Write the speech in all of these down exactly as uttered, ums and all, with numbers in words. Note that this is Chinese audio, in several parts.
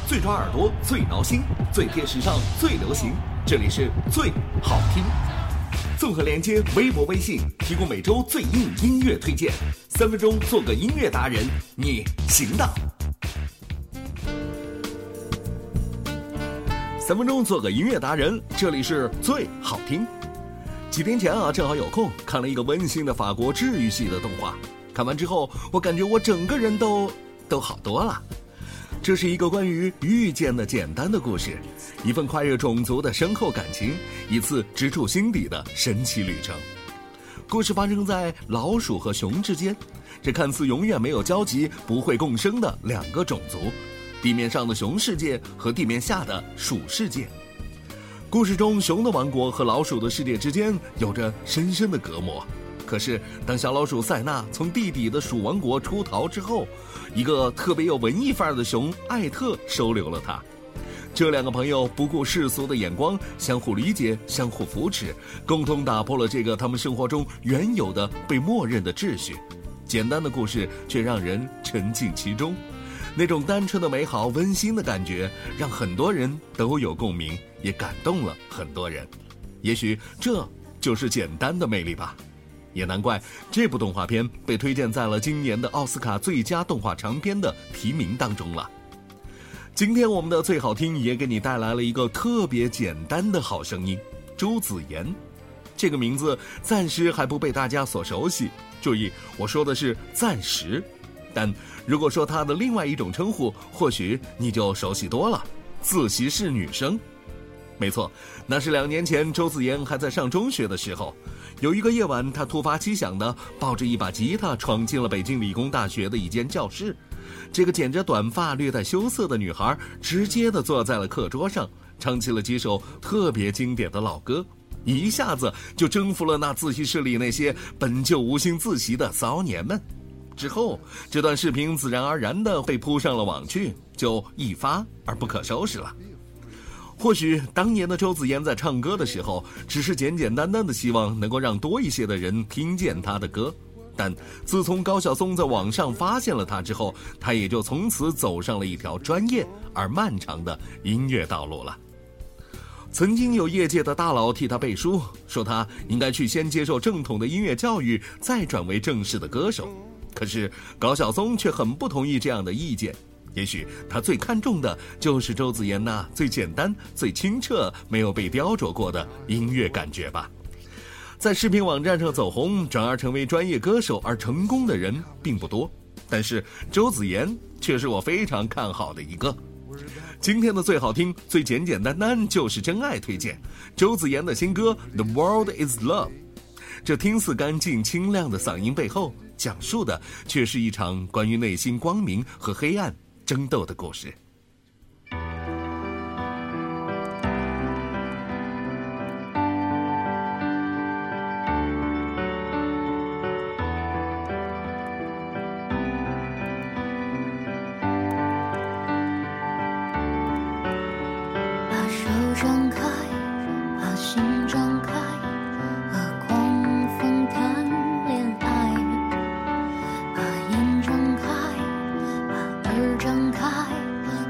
最抓耳朵，最挠心，最贴时尚，最流行，这里是最好听。综合连接微博、微信，提供每周最硬音乐推荐，三分钟做个音乐达人，你行的。三分钟做个音乐达人，这里是最好听。几天前啊，正好有空看了一个温馨的法国治愈系的动画，看完之后，我感觉我整个人都都好多了。这是一个关于遇见的简单的故事，一份跨越种族的深厚感情，一次直触心底的神奇旅程。故事发生在老鼠和熊之间，这看似永远没有交集、不会共生的两个种族，地面上的熊世界和地面下的鼠世界。故事中，熊的王国和老鼠的世界之间有着深深的隔膜。可是当小老鼠塞纳从地底的鼠王国出逃之后，一个特别有文艺范儿的熊艾特收留了他。这两个朋友不顾世俗的眼光，相互理解，相互扶持，共同打破了这个他们生活中原有的被默认的秩序。简单的故事却让人沉浸其中，那种单纯的美好温馨的感觉让很多人都有共鸣，也感动了很多人。也许这就是简单的魅力吧。也难怪这部动画片被推荐在了今年的奥斯卡最佳动画长片的提名当中了。今天我们的最好听也给你带来了一个特别简单的好声音，周子妍。这个名字暂时还不被大家所熟悉，注意我说的是暂时，但如果说她的另外一种称呼，或许你就熟悉多了，自习室女生。没错，那是两年前周子妍还在上中学的时候，有一个夜晚，她突发奇想的抱着一把吉他闯进了北京理工大学的一间教室。这个剪着短发略带羞涩的女孩直接的坐在了课桌上，唱起了几首特别经典的老歌，一下子就征服了那自习室里那些本就无心自习的骚年们。之后这段视频自然而然的被铺上了网去，就一发而不可收拾了。或许当年的周子妍在唱歌的时候，只是简简单单的希望能够让多一些的人听见她的歌，但自从高晓松在网上发现了她之后，她也就从此走上了一条专业而漫长的音乐道路了。曾经有业界的大佬替她背书，说她应该去先接受正统的音乐教育，再转为正式的歌手。可是高晓松却很不同意这样的意见。也许他最看重的就是周子妍那最简单、最清澈、没有被雕琢过的音乐感觉吧。在视频网站上走红，转而成为专业歌手而成功的人并不多，但是周子妍却是我非常看好的一个。今天的最好听、最简简单单就是真爱推荐，周子妍的新歌《The World Is Love》。这听似干净清亮的嗓音背后，讲述的却是一场关于内心光明和黑暗争斗的故事。 把手张开，把心张开，和狂风谈恋爱，把眼张开，把耳张开，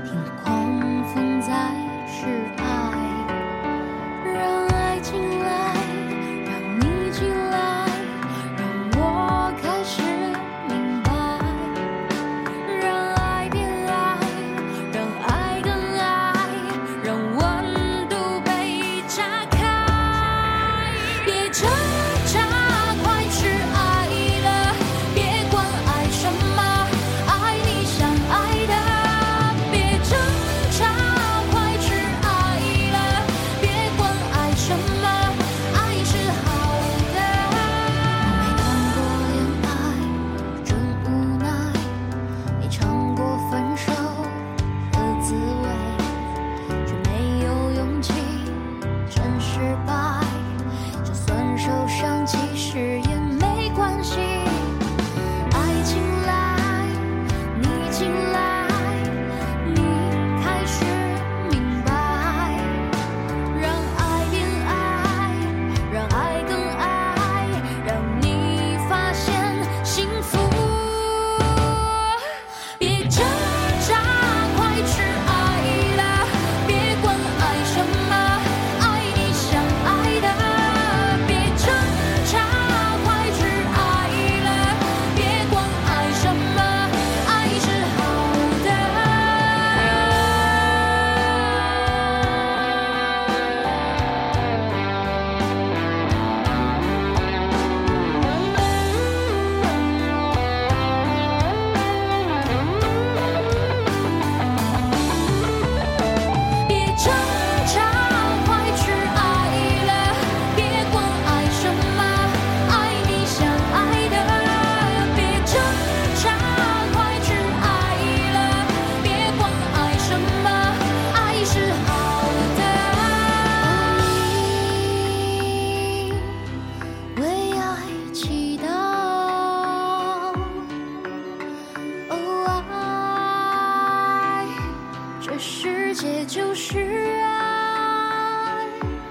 这世界就是爱。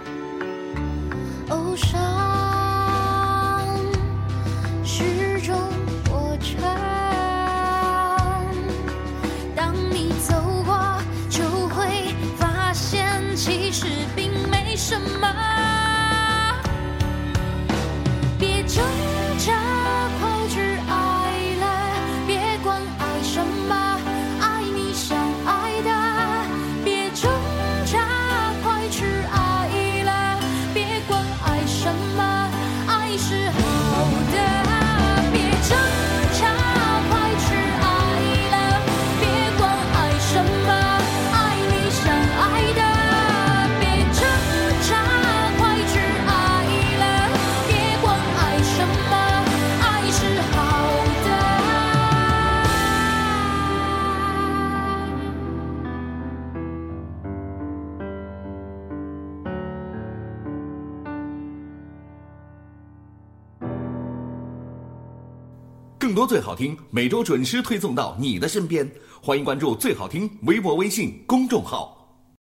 哦，伤是种过程，当你走过，就会发现其实并没什么。别挣扎，快去爱了，别管爱什么，爱你想爱的。别挣扎，快去爱了，别管爱什么，爱是好的。别挣扎，快去爱了，别管爱什么，爱你想爱的。别挣扎，快去爱了，别管爱什么，爱是好的。 更多最好听，每周准时推送到你的身边。欢迎关注最好听微博、微信公众号。